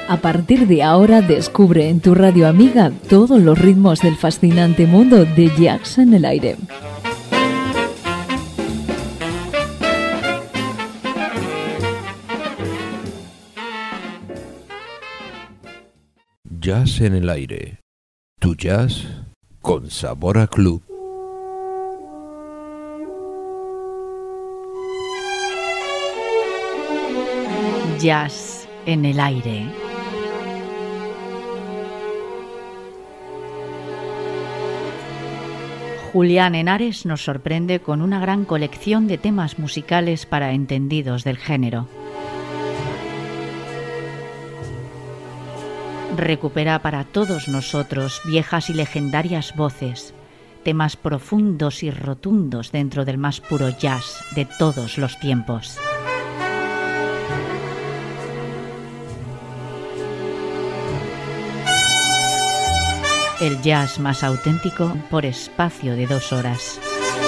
A partir de ahora descubre en tu radio amiga todos los ritmos del fascinante mundo de jazz en el aire. Jazz en el aire. Tu jazz con sabor a club. Jazz en el aire. Julián Henares nos sorprende con una gran colección de temas musicales para entendidos del género. Recupera para todos nosotros viejas y legendarias voces, temas profundos y rotundos dentro del más puro jazz de todos los tiempos. El jazz más auténtico por espacio de 2 horas.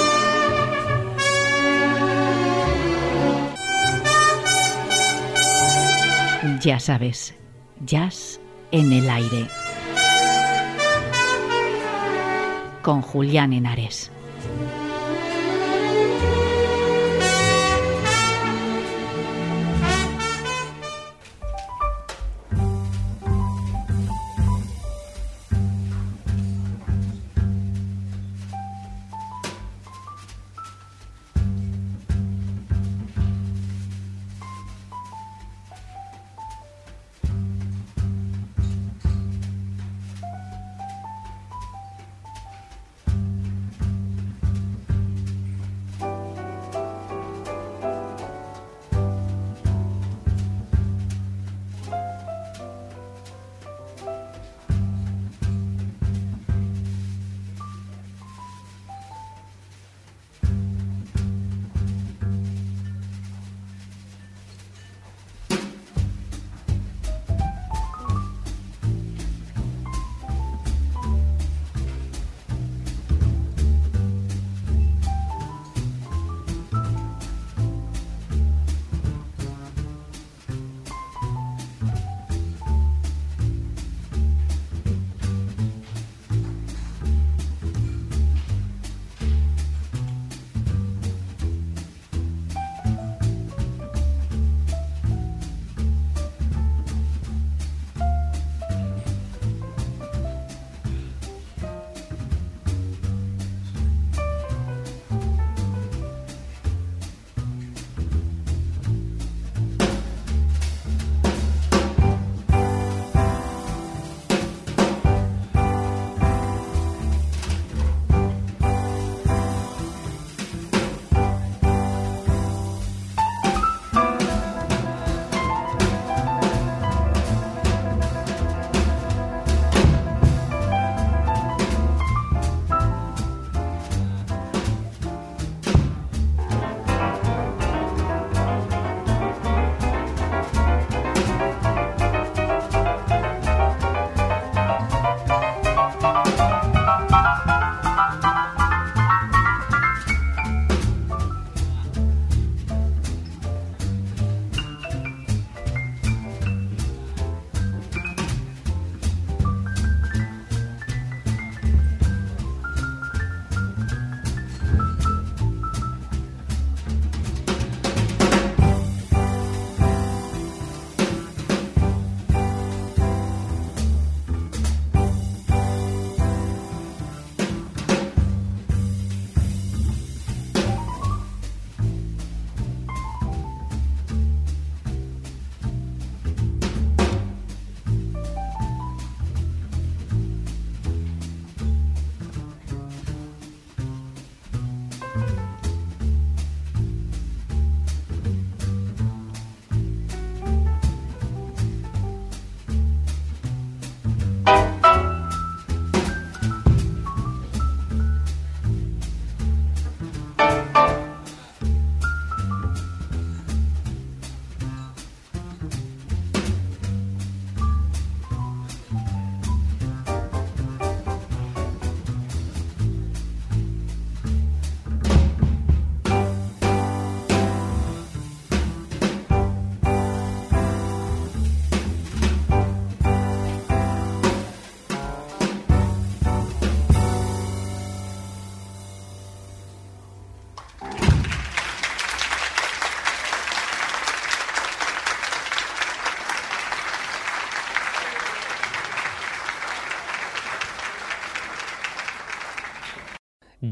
Ya sabes, jazz en el aire. Con Julián Henares.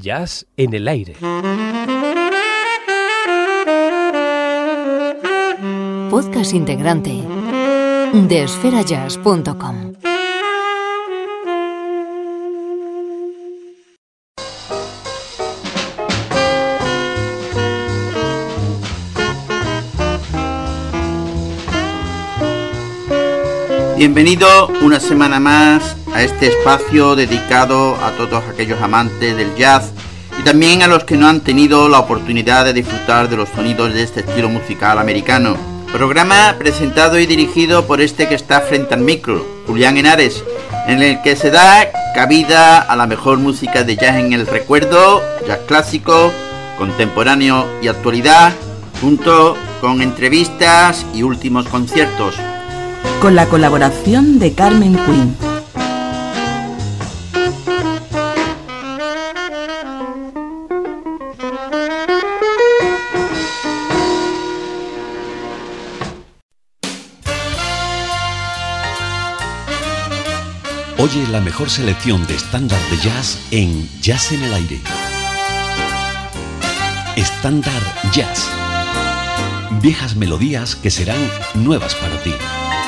Jazz en el aire. Podcast integrante de esferajazz.com. Bienvenido una semana más a este espacio dedicado a todos aquellos amantes del jazz y también a los que no han tenido la oportunidad de disfrutar de los sonidos de este estilo musical americano. Programa presentado y dirigido por este que está frente al micro, Julián Henares, en el que se da cabida a la mejor música de jazz en el recuerdo, jazz clásico, contemporáneo y actualidad, junto con entrevistas y últimos conciertos. Con la colaboración de Carmen Quinn. Oye la mejor selección de estándar de jazz en Jazz en el Aire. Estándar Jazz. Viejas melodías que serán nuevas para ti.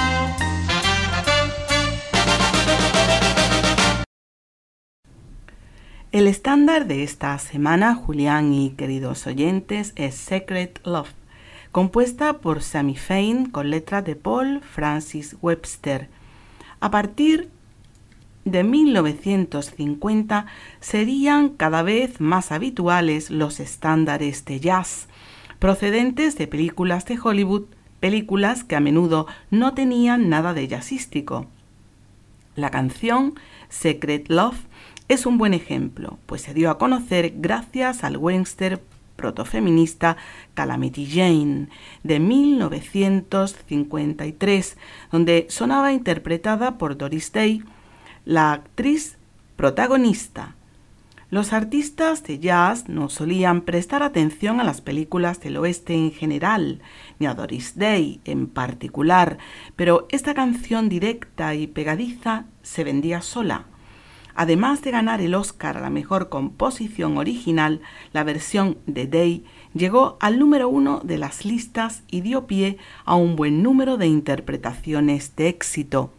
El estándar de esta semana, Julián y queridos oyentes, es Secret Love, compuesta por Sammy Fain con letras de Paul Francis Webster. A partir de 1950 serían cada vez más habituales los estándares de jazz, procedentes de películas de Hollywood, películas que a menudo no tenían nada de jazzístico. La canción Secret Love es un buen ejemplo, pues se dio a conocer gracias al western protofeminista Calamity Jane de 1953, donde sonaba interpretada por Doris Day, la actriz protagonista. Los artistas de jazz no solían prestar atención a las películas del oeste en general, ni a Doris Day en particular, pero esta canción directa y pegadiza se vendía sola. Además de ganar el Oscar a la mejor composición original, la versión de Day llegó al número 1 de las listas y dio pie a un buen número de interpretaciones de éxito.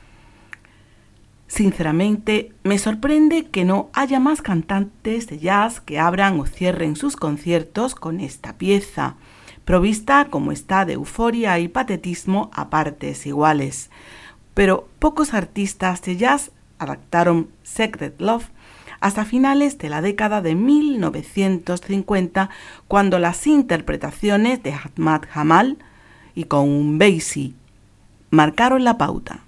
Sinceramente, me sorprende que no haya más cantantes de jazz que abran o cierren sus conciertos con esta pieza, provista como está de euforia y patetismo a partes iguales. Pero pocos artistas de jazz adaptaron Secret Love hasta finales de la década de 1950, cuando las interpretaciones de Ahmad Jamal y con Basie marcaron la pauta.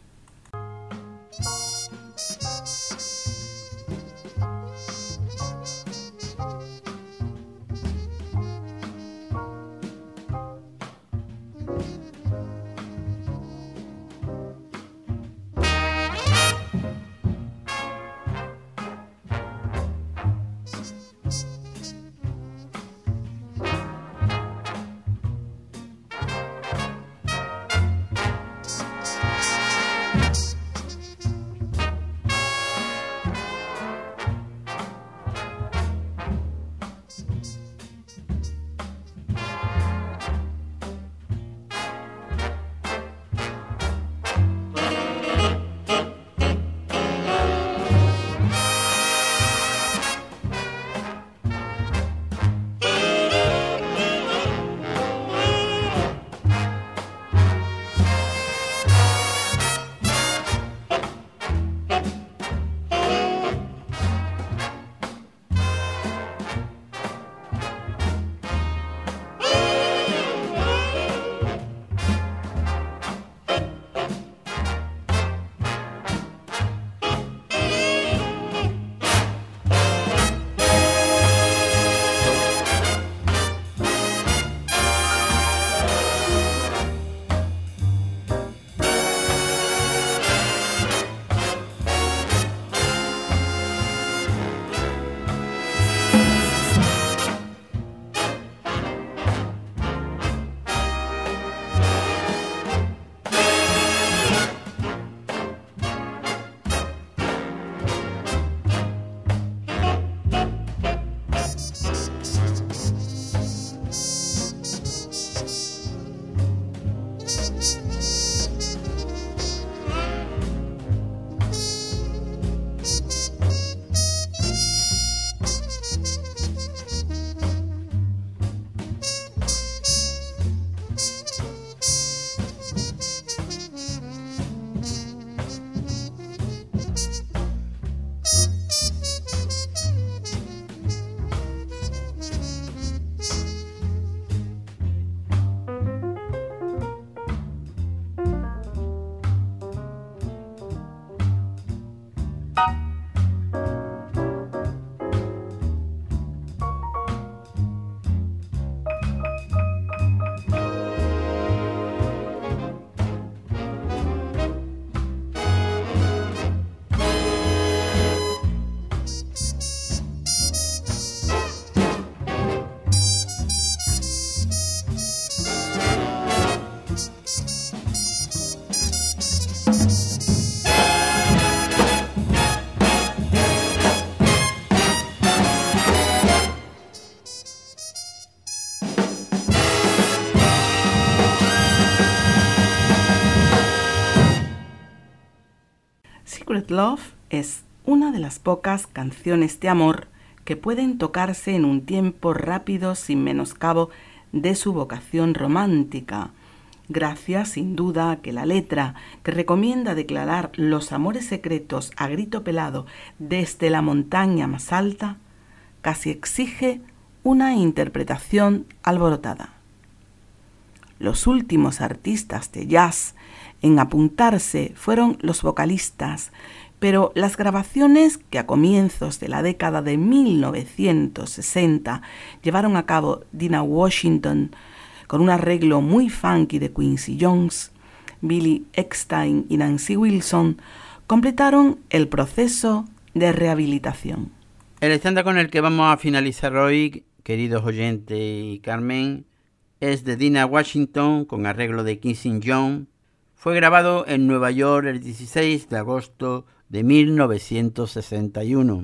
Secret Love es una de las pocas canciones de amor que pueden tocarse en un tiempo rápido sin menoscabo de su vocación romántica, gracias sin duda a que la letra, que recomienda declarar los amores secretos a grito pelado desde la montaña más alta, casi exige una interpretación alborotada. Los últimos artistas de jazz en apuntarse fueron los vocalistas, pero las grabaciones que a comienzos de la década de 1960 llevaron a cabo Dinah Washington con un arreglo muy funky de Quincy Jones, Billy Eckstine y Nancy Wilson, completaron el proceso de rehabilitación. El estándar con el que vamos a finalizar hoy, queridos oyentes y Carmen, es de Dinah Washington con arreglo de Quincy Jones. Fue grabado en Nueva York el 16 de agosto de 1961.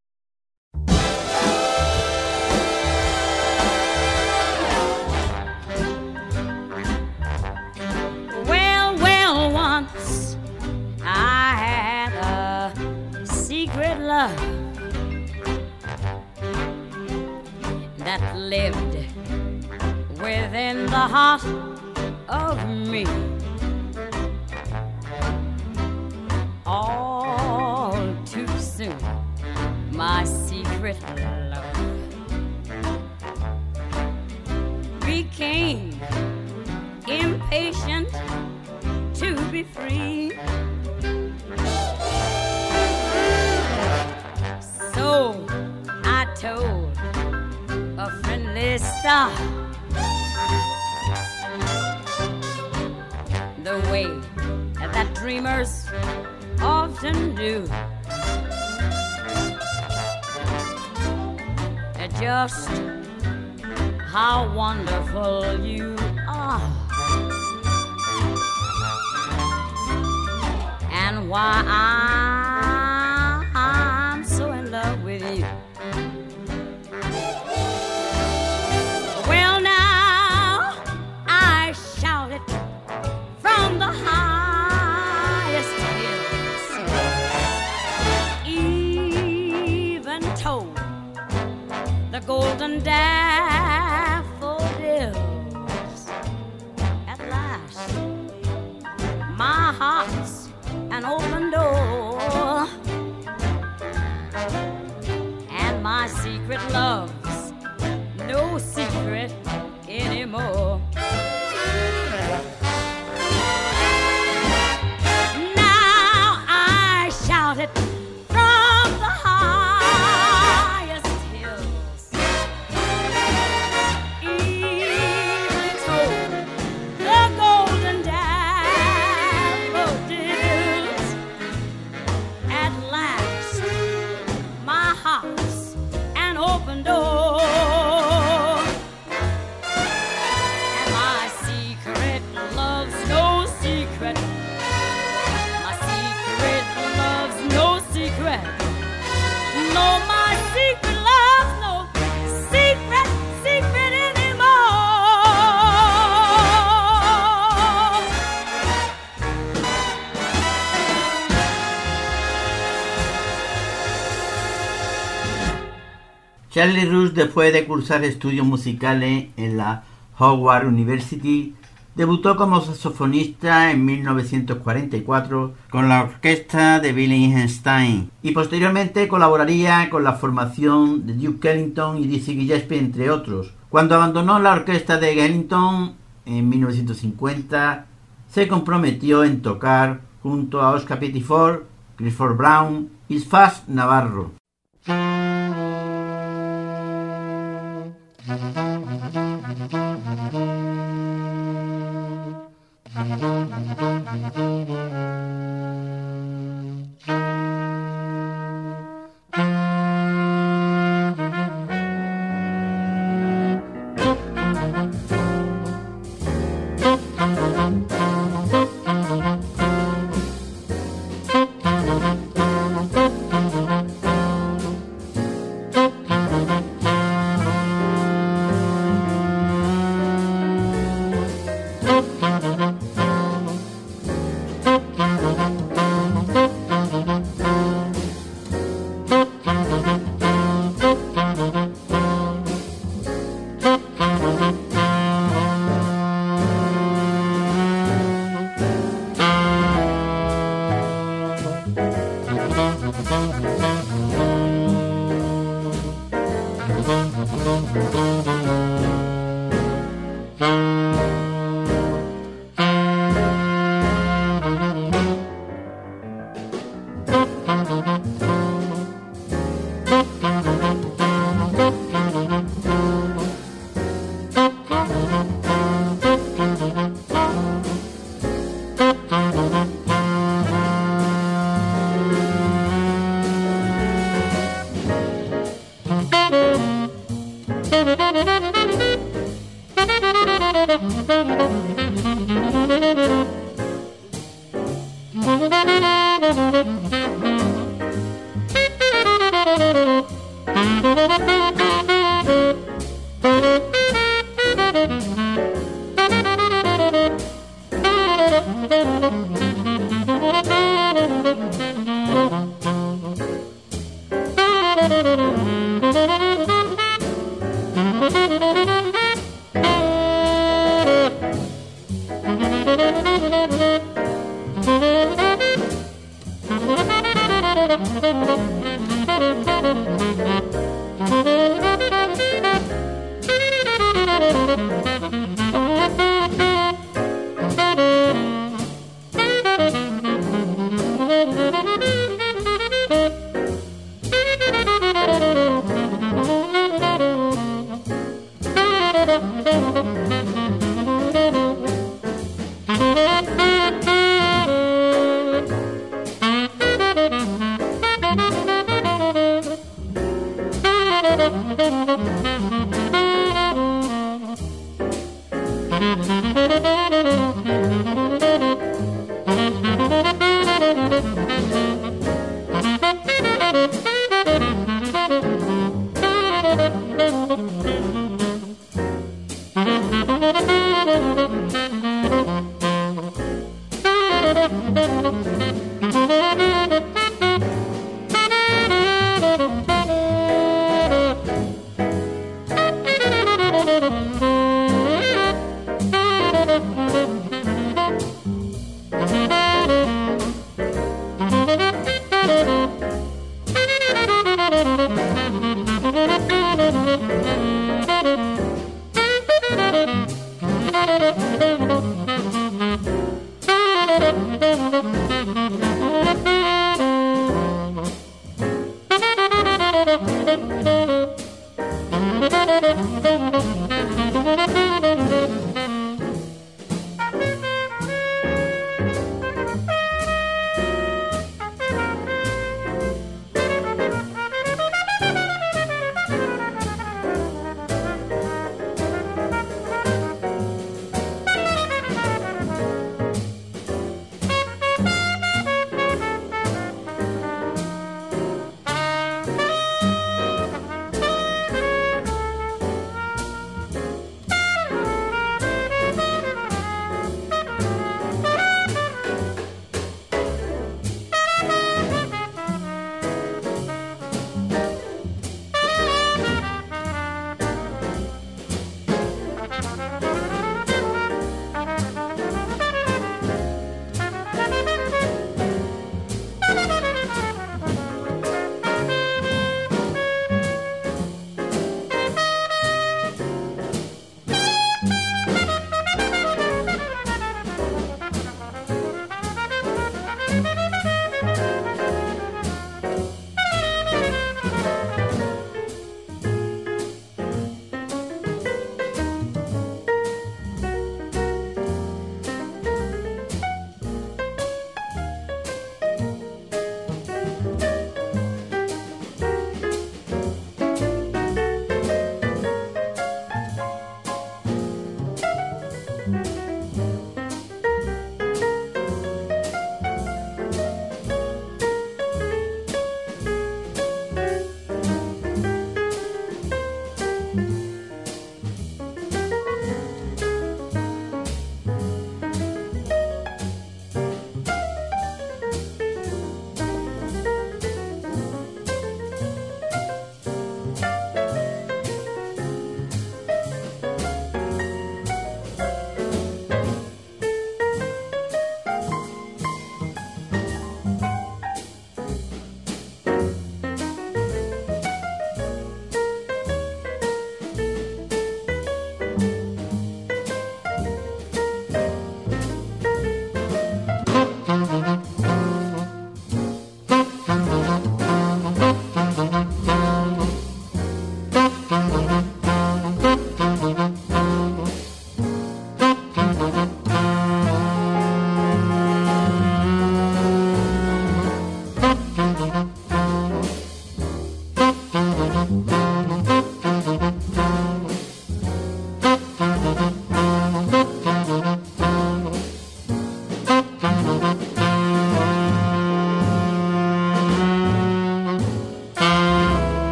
Well, once I had a secret love that lived within the heart of me. All too soon, my secret love became impatient to be free. So I told a friendly star the way that dreamers often do, just how wonderful you are, and why I'm so in love with you. Well, now I shout it from the highest hills, even told the golden daffodils. At last, my heart's an open door, and my secret love's no secret anymore. Now I shout it from the highest hills, even told the golden daffodils. At last, my heart's an open door, and my secret love's no secret. My secret love's no secret. No, my secret love's no secret, secret anymore. Charlie Rose, después de cursar estudios musicales en la Howard University, debutó como saxofonista en 1944 con la orquesta de Billy Eckstine y posteriormente colaboraría con la formación de Duke Ellington y Dizzy Gillespie, entre otros. Cuando abandonó la orquesta de Ellington en 1950, se comprometió en tocar junto a Oscar Pettiford, Clifford Brown y Fats Navarro.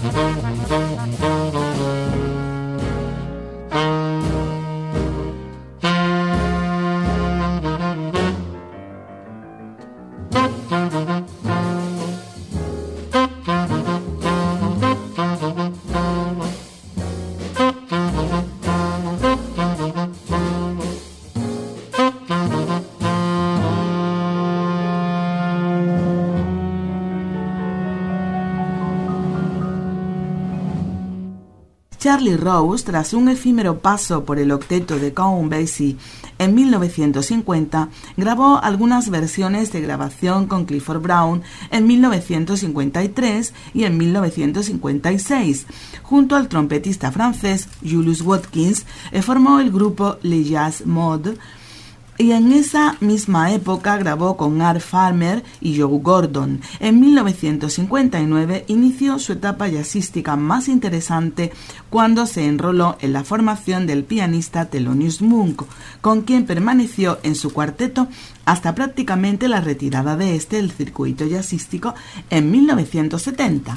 Charlie Rose, tras un efímero paso por el octeto de Count Basie en 1950, grabó algunas versiones de grabación con Clifford Brown en 1953 y en 1956. Junto al trompetista francés Julius Watkins, formó el grupo Le Jazz Mode, y en esa misma época grabó con Art Farmer y Joe Gordon. En 1959 inició su etapa jazzística más interesante cuando se enroló en la formación del pianista Thelonious Monk, con quien permaneció en su cuarteto hasta prácticamente la retirada de este del circuito jazzístico en 1970.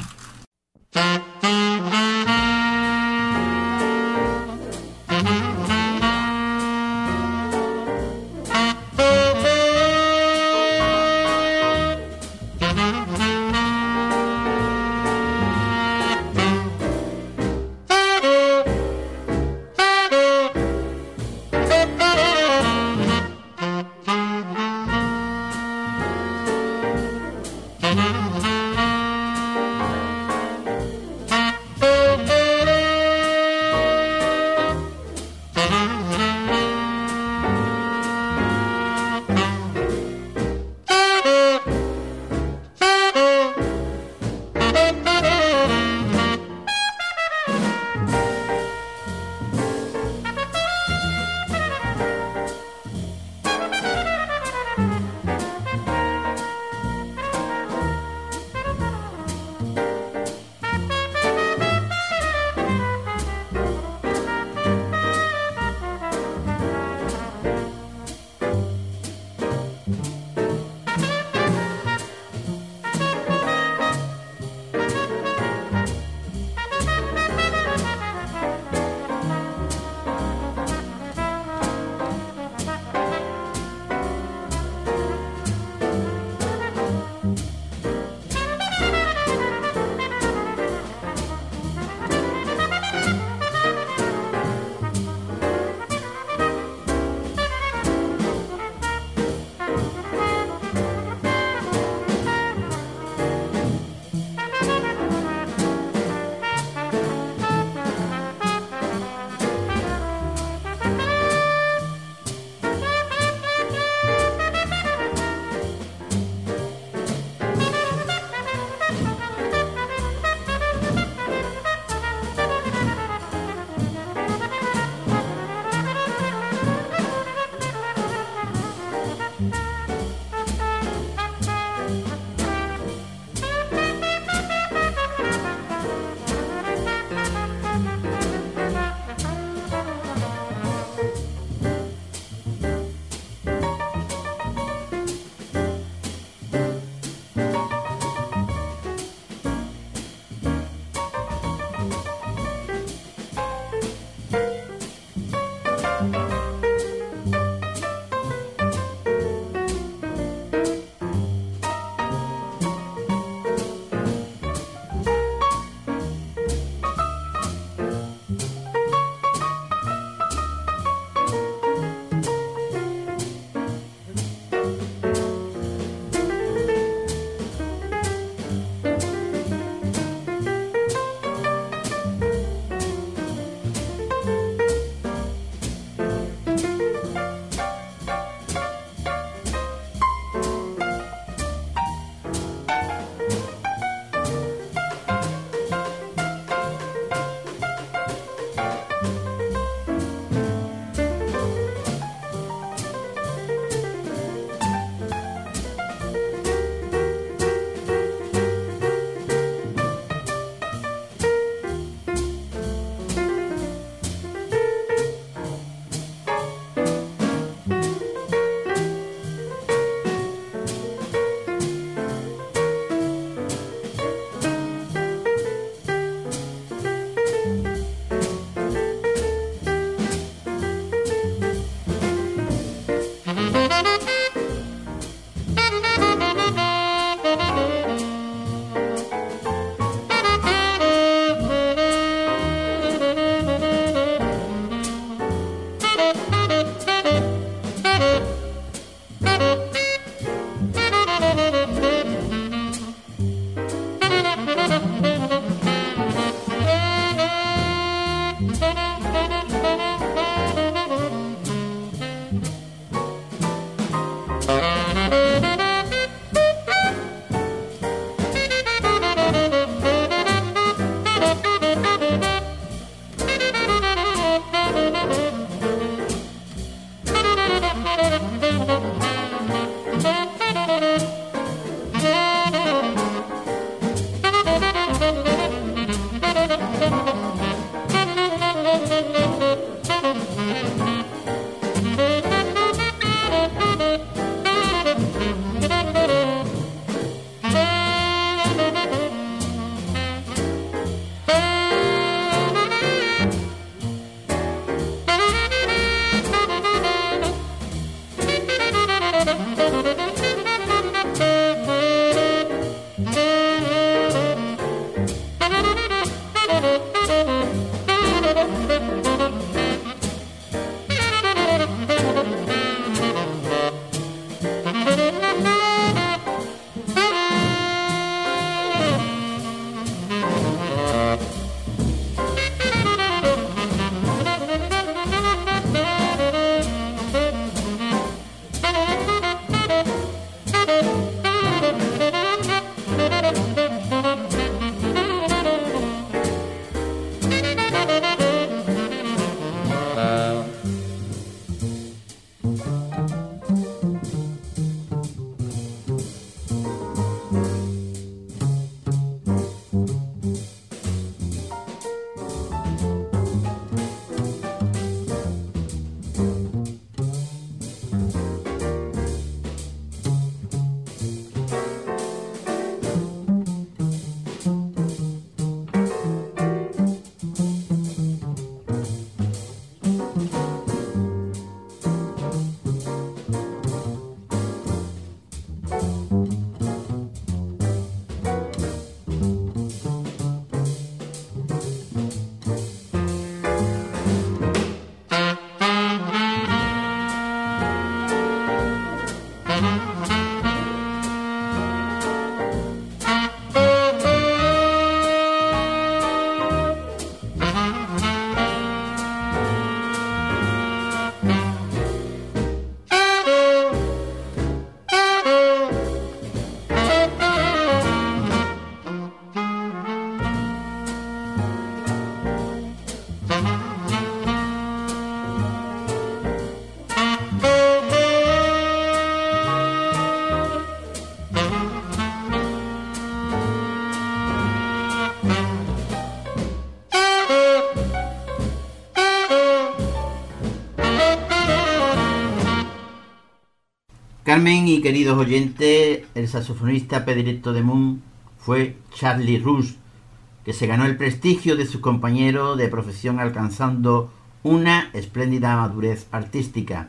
Carmen y queridos oyentes, el saxofonista predilecto de Moon fue Charlie Rouse, que se ganó el prestigio de sus compañeros de profesión alcanzando una espléndida madurez artística.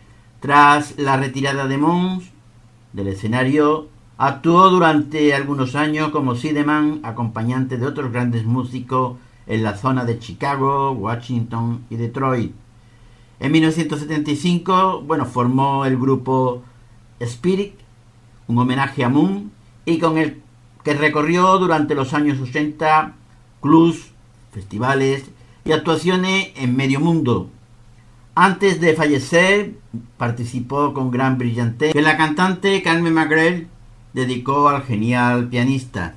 Tras la retirada de Moon del escenario, actuó durante algunos años como sideman, acompañante de otros grandes músicos en la zona de Chicago, Washington y Detroit. En 1975, formó el grupo Spirit, un homenaje a Moon, y con el que recorrió durante los años 80 clubs, festivales y actuaciones en medio mundo. Antes de fallecer, participó con gran brillantez que la cantante Carmen McRae dedicó al genial pianista.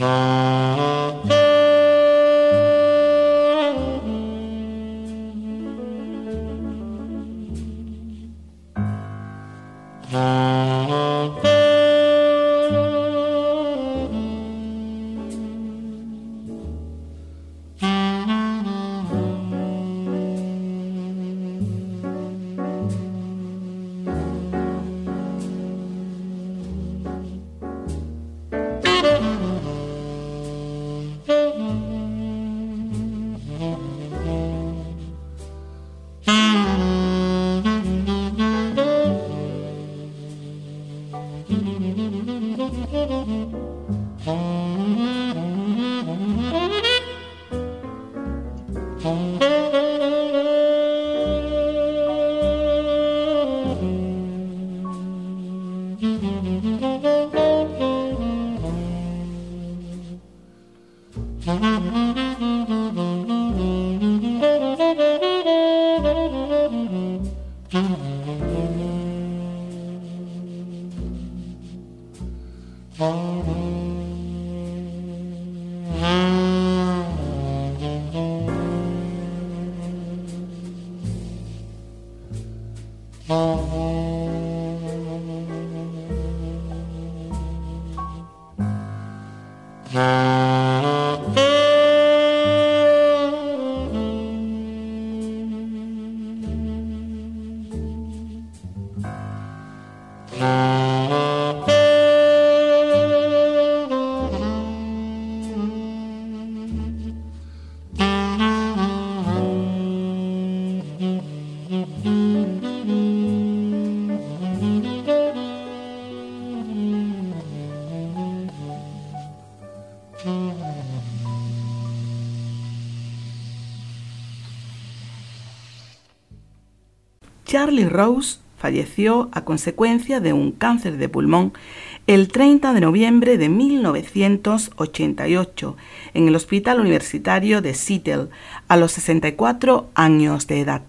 Charlie Rose falleció a consecuencia de un cáncer de pulmón el 30 de noviembre de 1988 en el Hospital Universitario de Seattle a los 64 años de edad.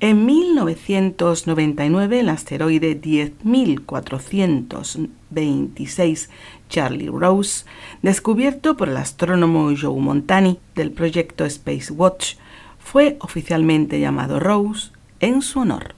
En 1999, el asteroide 10.426 Charlie Rose, descubierto por el astrónomo Joe Montani del proyecto Space Watch, fue oficialmente llamado Rose en su honor.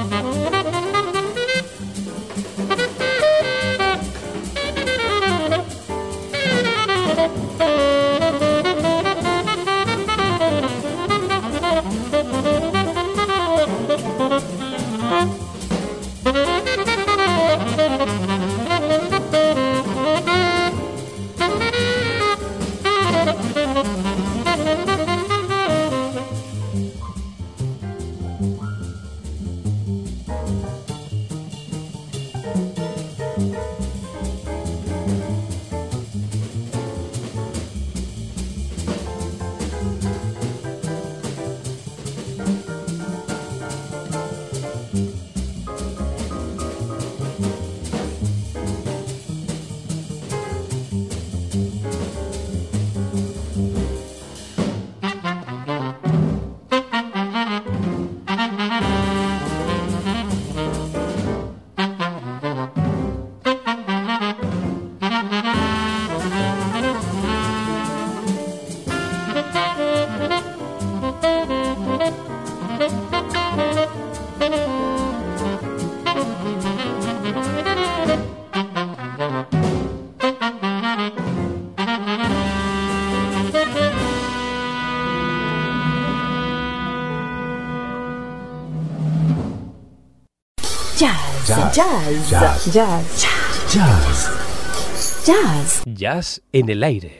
Jazz en el aire.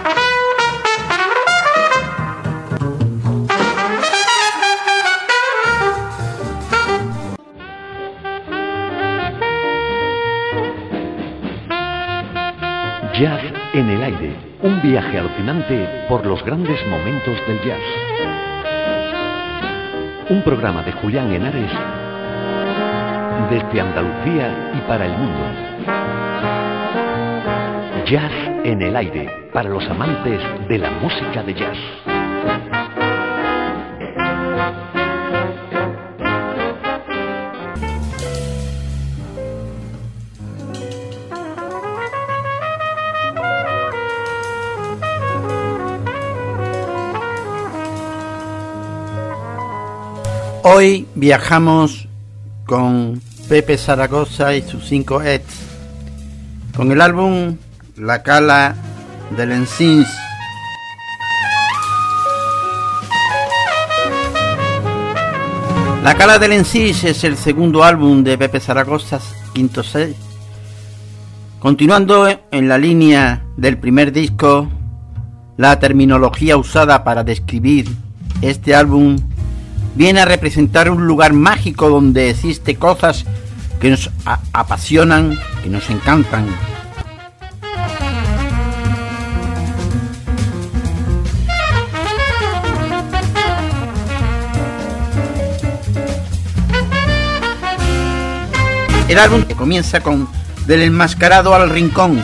Jazz en el aire, un viaje alucinante por los grandes momentos del jazz. Un programa de Julián Henares desde Andalucía y para el mundo. Jazz en el aire, para los amantes de la música de jazz. Hoy viajamos con Pepe Zaragoza y sus 5 Eds, con el álbum La Cala de l'Encins. La Cala de l'Encins es el segundo álbum de Pepe Zaragoza, quinto set. Continuando en la línea del primer disco, la terminología usada para describir este álbum viene a representar un lugar mágico donde existen cosas que nos apasionan, que nos encantan. El álbum que comienza con Del enmascarado al rincón.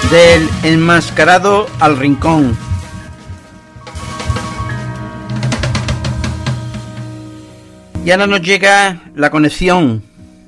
Del enmascarado al rincón. Y ahora nos llega la conexión.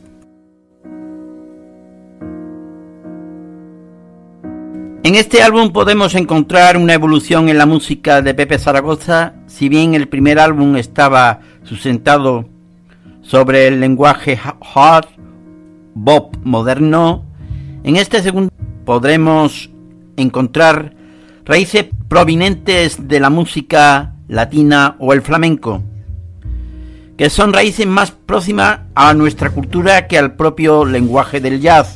En este álbum podemos encontrar una evolución en la música de Pepe Zaragoza. Si bien el primer álbum estaba sustentado sobre el lenguaje hard bop moderno, en este segundo podremos encontrar raíces provenientes de la música latina o el flamenco, que son raíces más próximas a nuestra cultura que al propio lenguaje del jazz.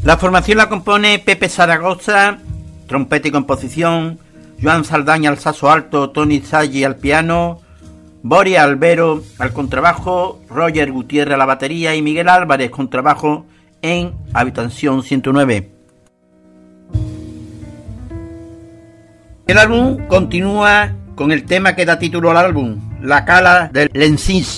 La formación la compone Pepe Zaragoza, trompeta y composición, Joan Saldaña al saxo alto, Tony Salli al piano, Boris Albero al contrabajo, Roger Gutiérrez a la batería y Miguel Álvarez contrabajo en Habitación 109. El álbum continúa con el tema que da título al álbum, La Cala del Lencís.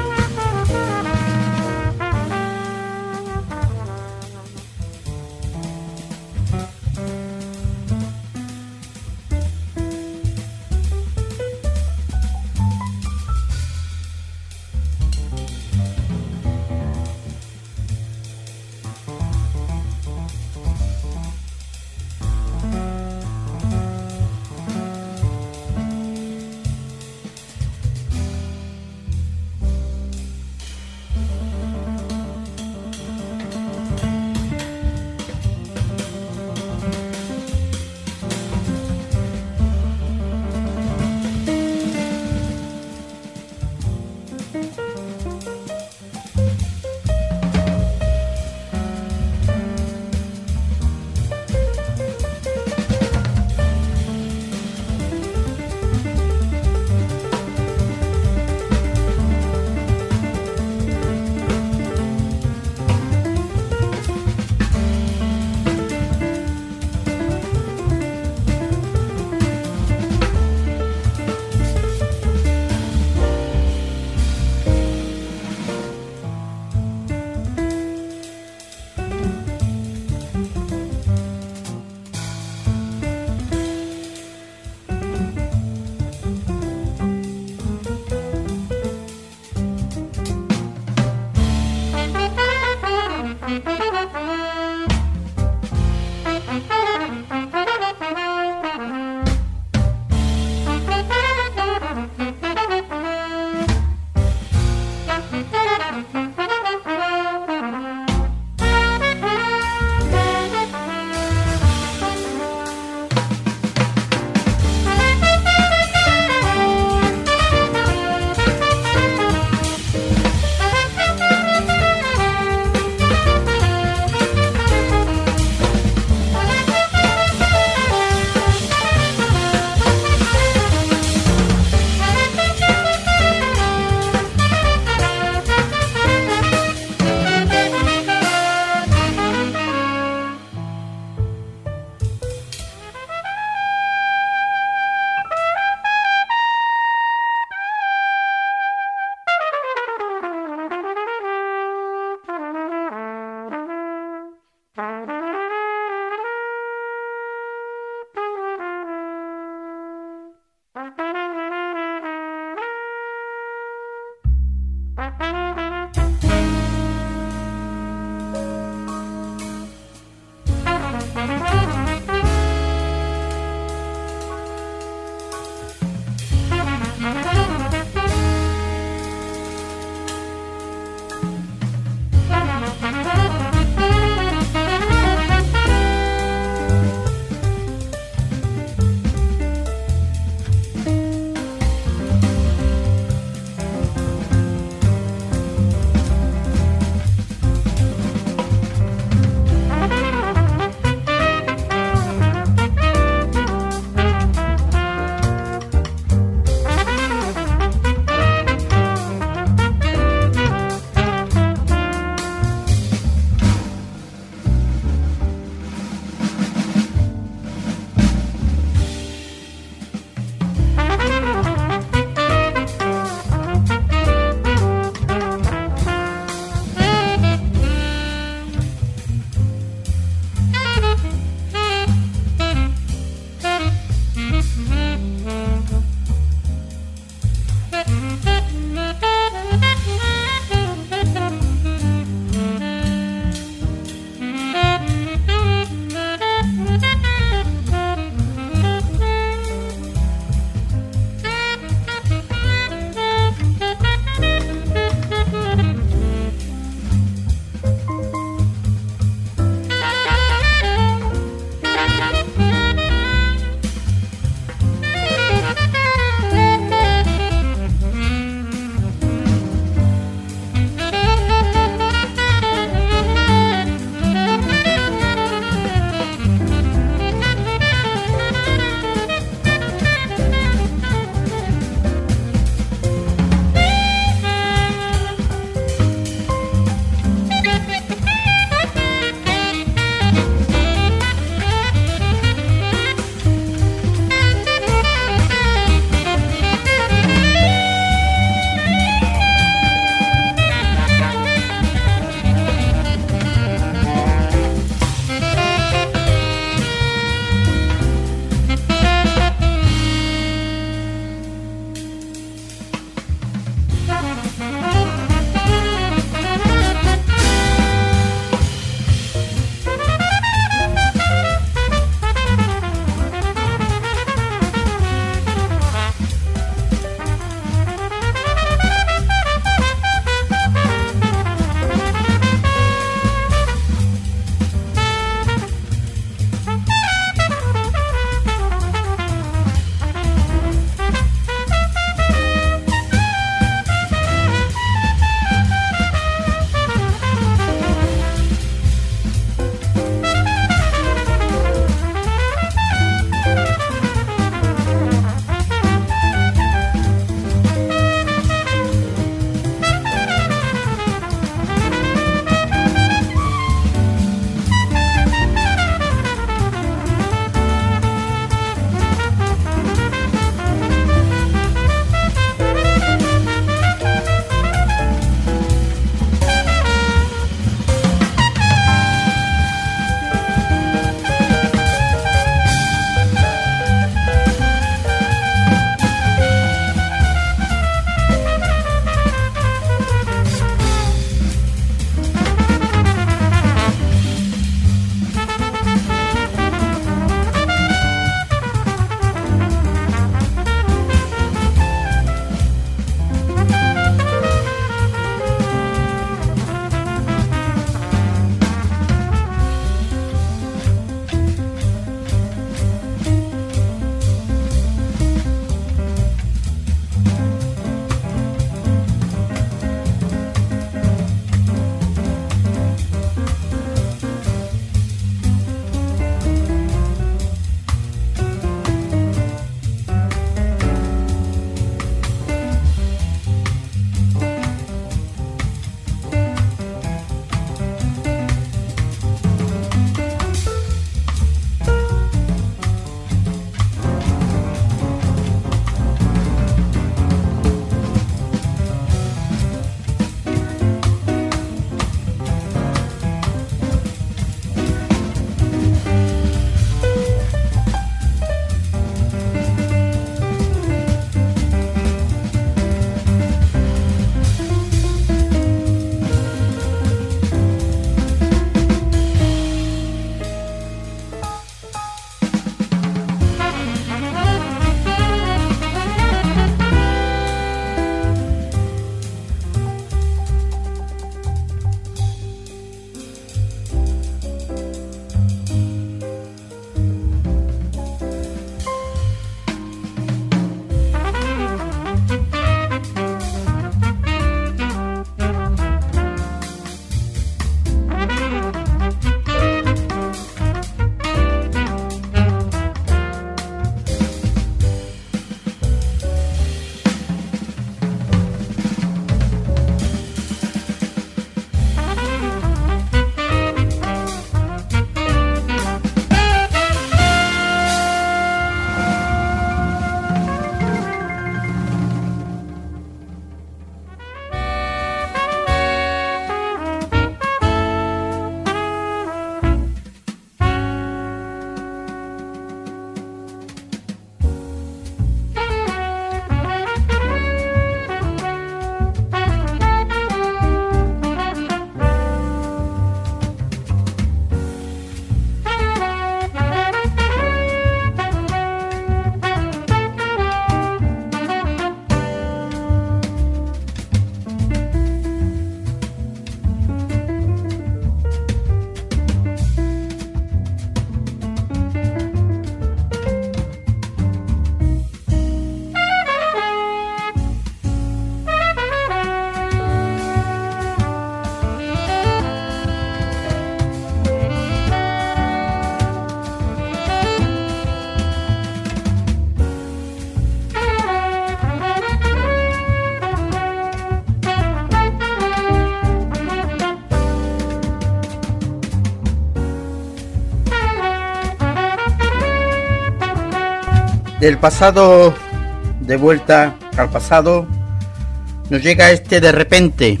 Del pasado, de vuelta al pasado, nos llega este de repente.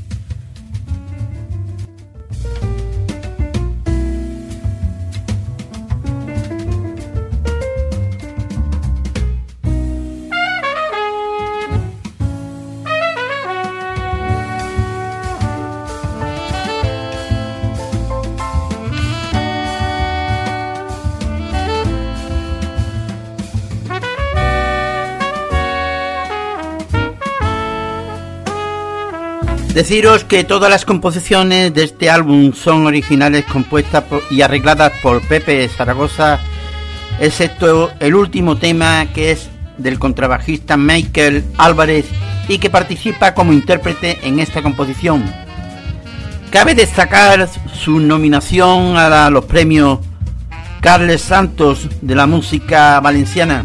Deciros que todas las composiciones de este álbum son originales, compuestas y arregladas por Pepe Zaragoza, excepto el último tema, que es del contrabajista Michael Álvarez y que participa como intérprete en esta composición. Cabe destacar su nominación a los premios Carles Santos de la música valenciana.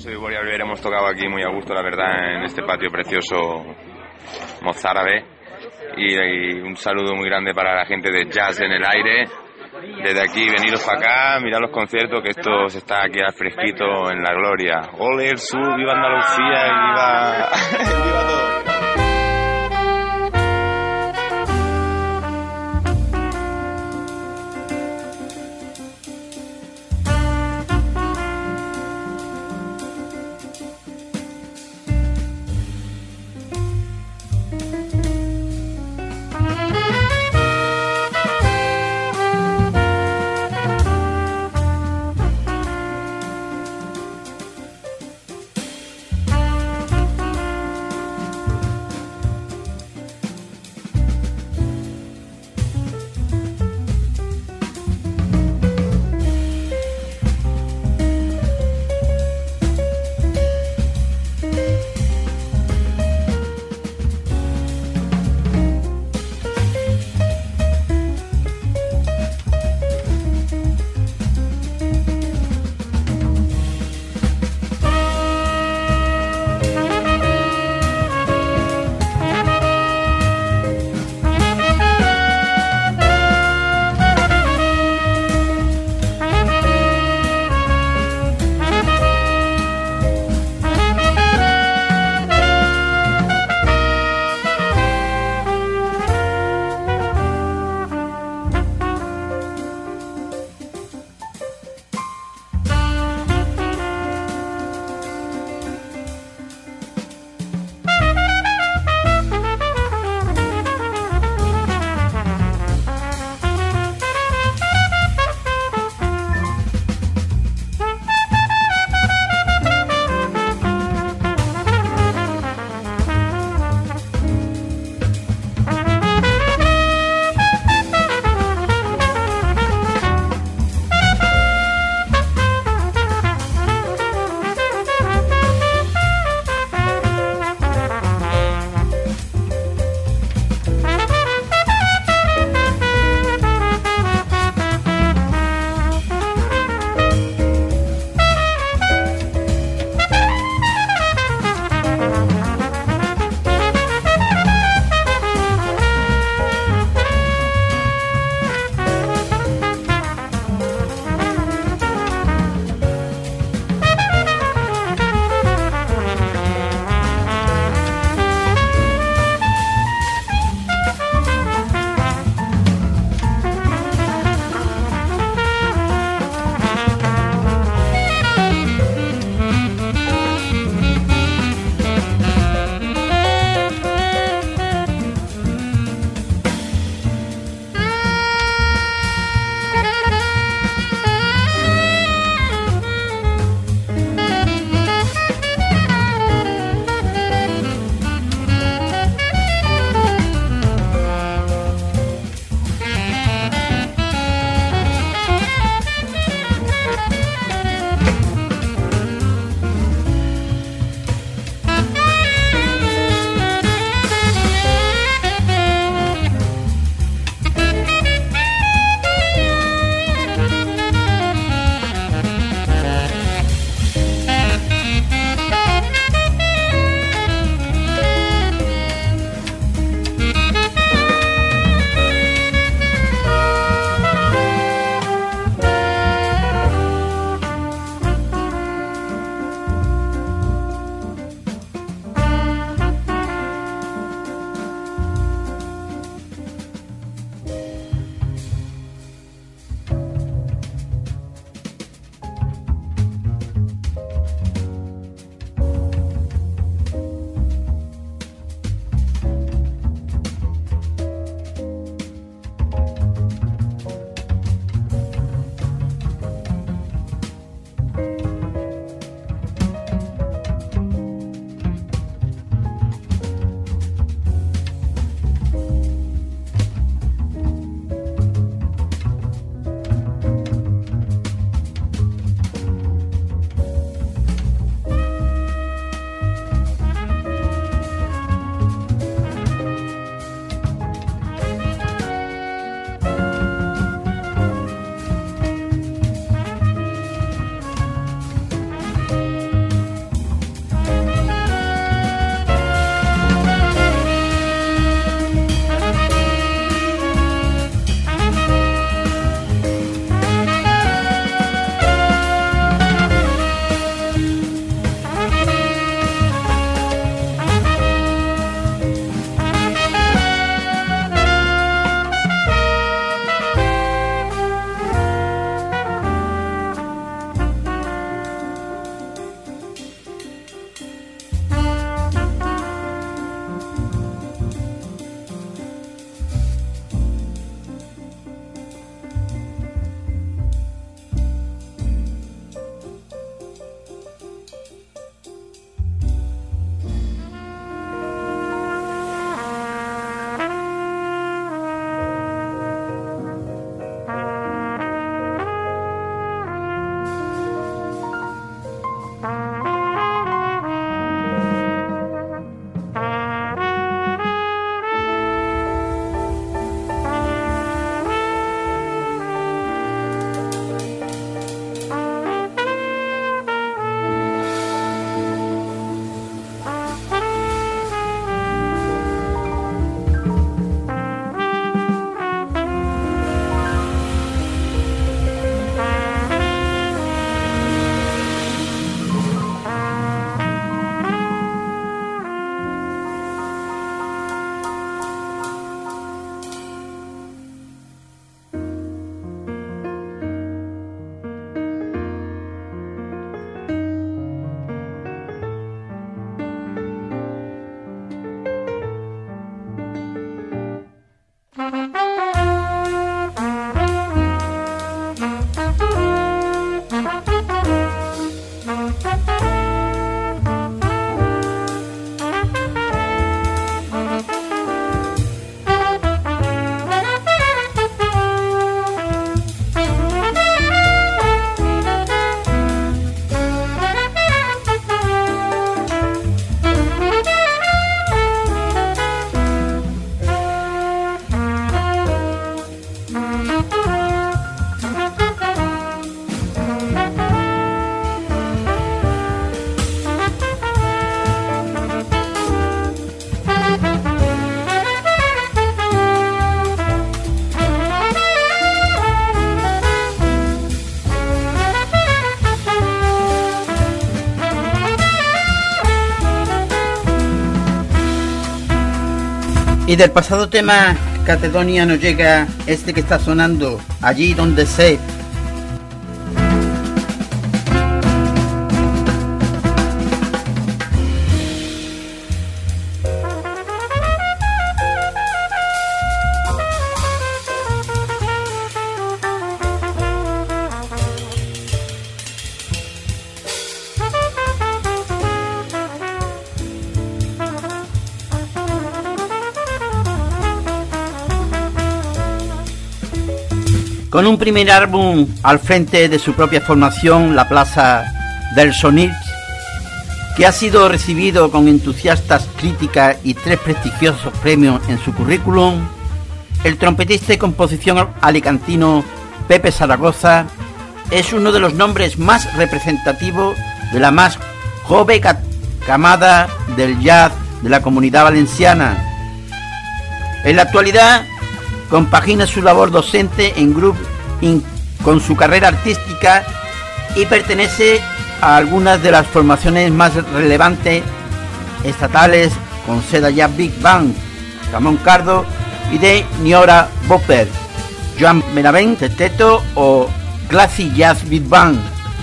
soy Boria Oliver, hemos tocado aquí muy a gusto, la verdad, en este patio precioso mozárabe. Y un saludo muy grande para la gente de Jazz en el Aire. Desde aquí, veniros para acá, mirad los conciertos, que esto se está aquí al fresquito en la gloria. ¡Ole el sur! ¡Viva Andalucía! ¡Y viva! ¡Viva todo! Y del pasado tema Catedonia nos llega este que está sonando, Allí donde sé. Con un primer álbum al frente de su propia formación, La Plaza del Sonic, que ha sido recibido con entusiastas críticas y 3 prestigiosos premios en su currículum, el trompetista y composición alicantino Pepe Zaragoza es uno de los nombres más representativos de la más joven camada del jazz de la Comunidad Valenciana. En la actualidad compagina su labor docente en Group con su carrera artística y pertenece a algunas de las formaciones más relevantes estatales con Seda Jazz Big Band, Ramón Cardo y de Niora Bopper, Joan Benavent Teto o Classic Jazz Big Band.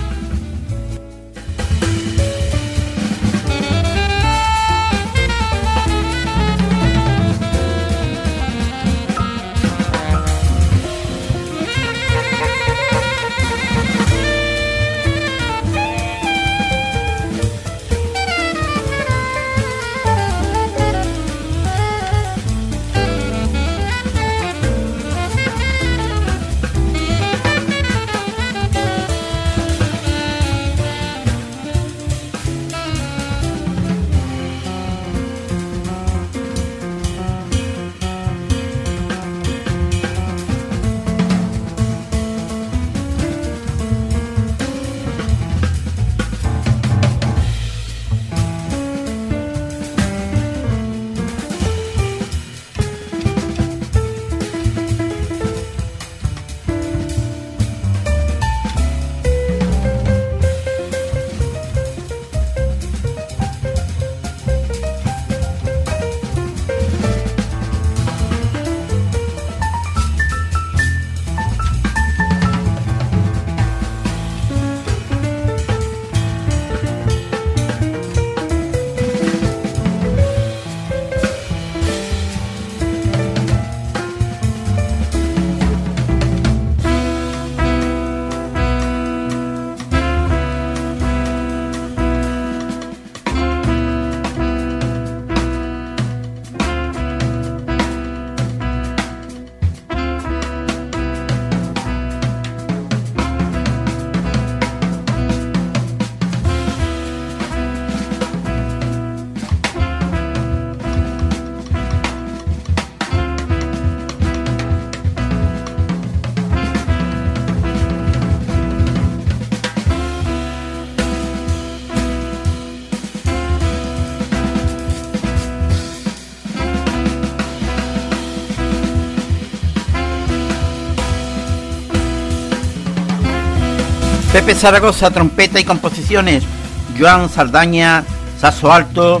Pepe Zaragoza, trompeta y composiciones, Joan Saldaña, saxo alto,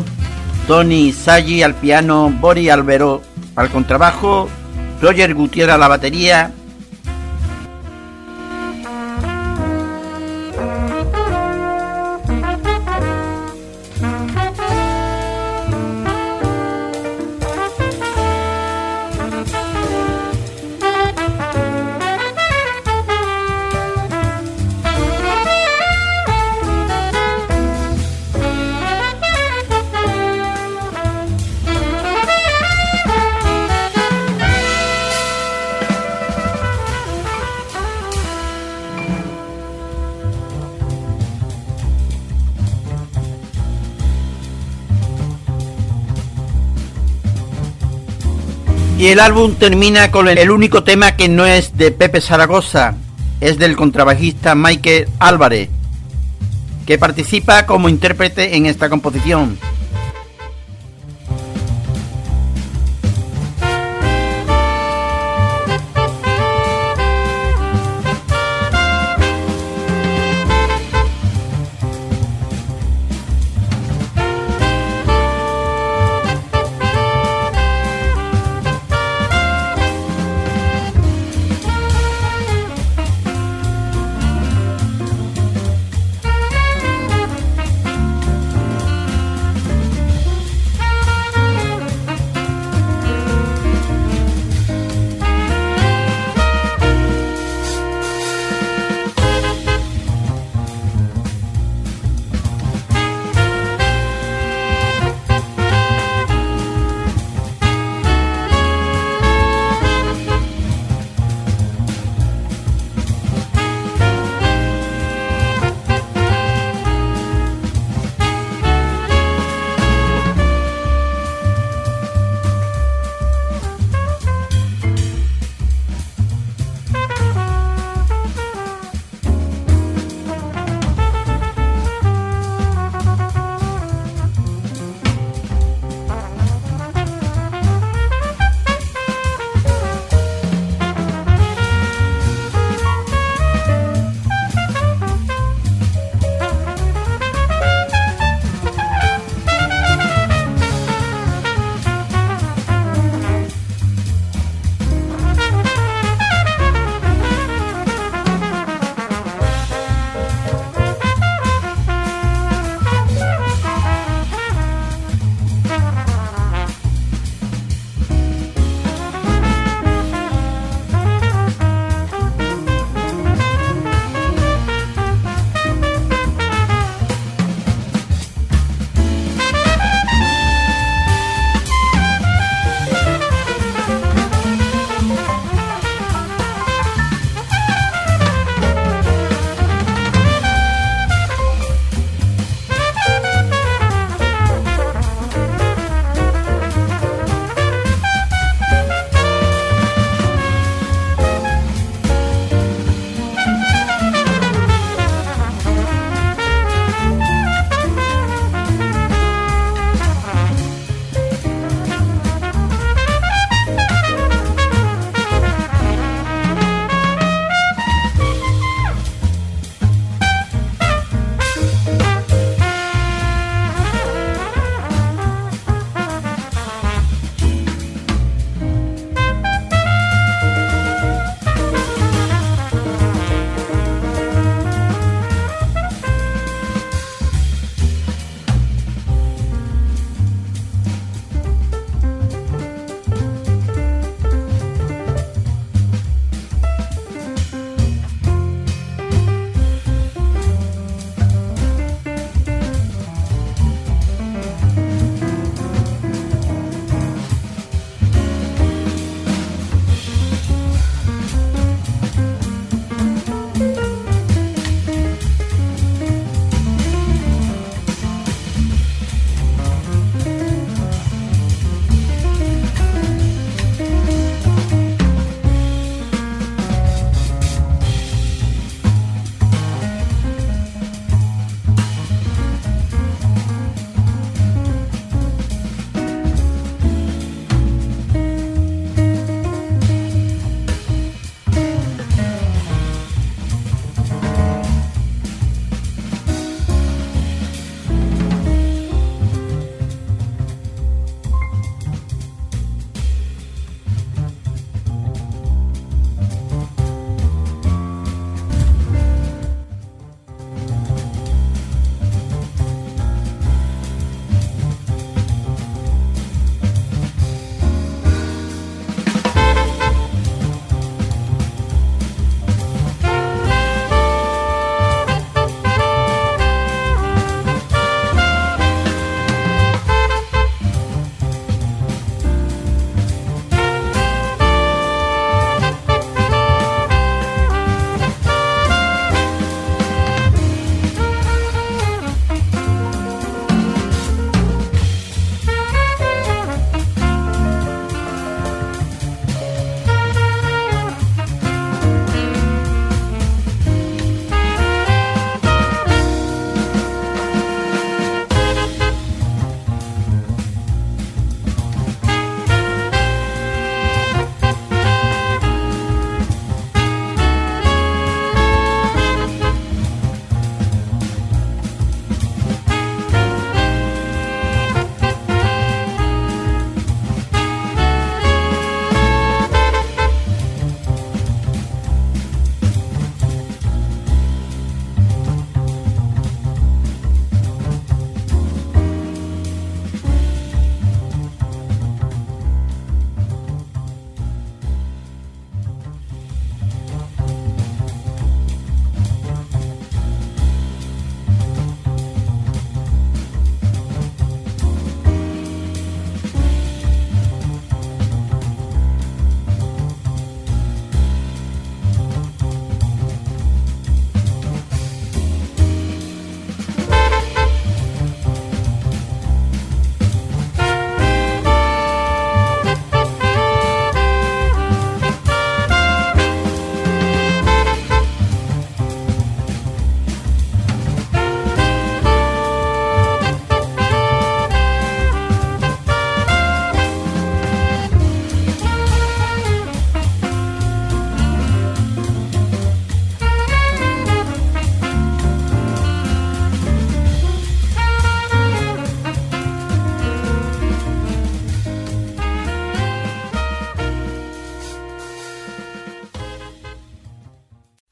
Tony Saggi al piano, Bori Albero al contrabajo, Roger Gutiérrez a la batería. Y el álbum termina con el único tema que no es de Pepe Zaragoza, es del contrabajista Michael Álvarez, que participa como intérprete en esta composición.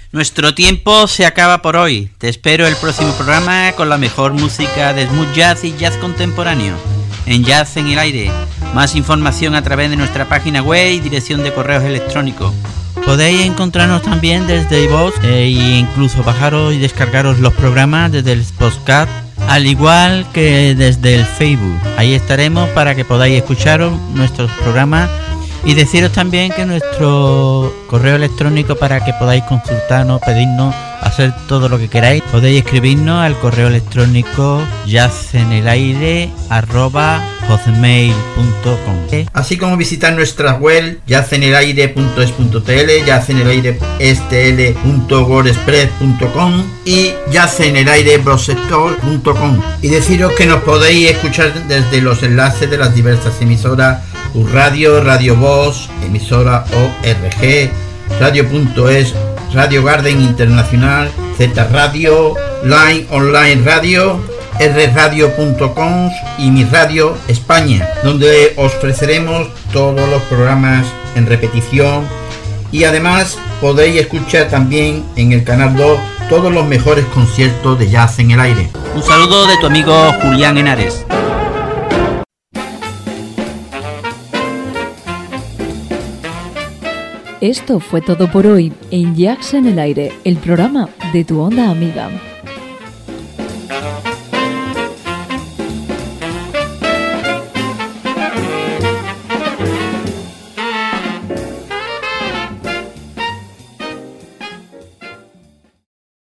Nuestro tiempo se acaba por hoy. Te espero el próximo programa con la mejor música de smooth jazz y jazz contemporáneo en Jazz en el Aire. Más información a través de nuestra página web y dirección de correos electrónicos. Podéis encontrarnos también desde iVoox e incluso bajaros y descargaros los programas desde el podcast, al igual que desde el Facebook. Ahí estaremos para que podáis escucharos nuestros programas y deciros también que nuestro correo electrónico para que podáis consultarnos, pedirnos, hacer todo lo que queráis. Podéis escribirnos al correo electrónico jazzenelaire@hotmail.com, así como visitar nuestra web jazzenelaire.es.tl, jazzenelaire.stl.wordpress.com y jazzenelaire.blogspot.com, y deciros que nos podéis escuchar desde los enlaces de las diversas emisoras: Radio, Radio Voz, emisora ORG, Radio.es, Radio Garden Internacional, Z Radio, Line Online Radio, rradio.com y Mi Radio España, donde os ofreceremos todos los programas en repetición, y además podéis escuchar también en el canal 2 todos los mejores conciertos de Jazz en el Aire. Un saludo de tu amigo Julián Henares. Esto fue todo por hoy en Jazz en el Aire, el programa de tu onda amiga.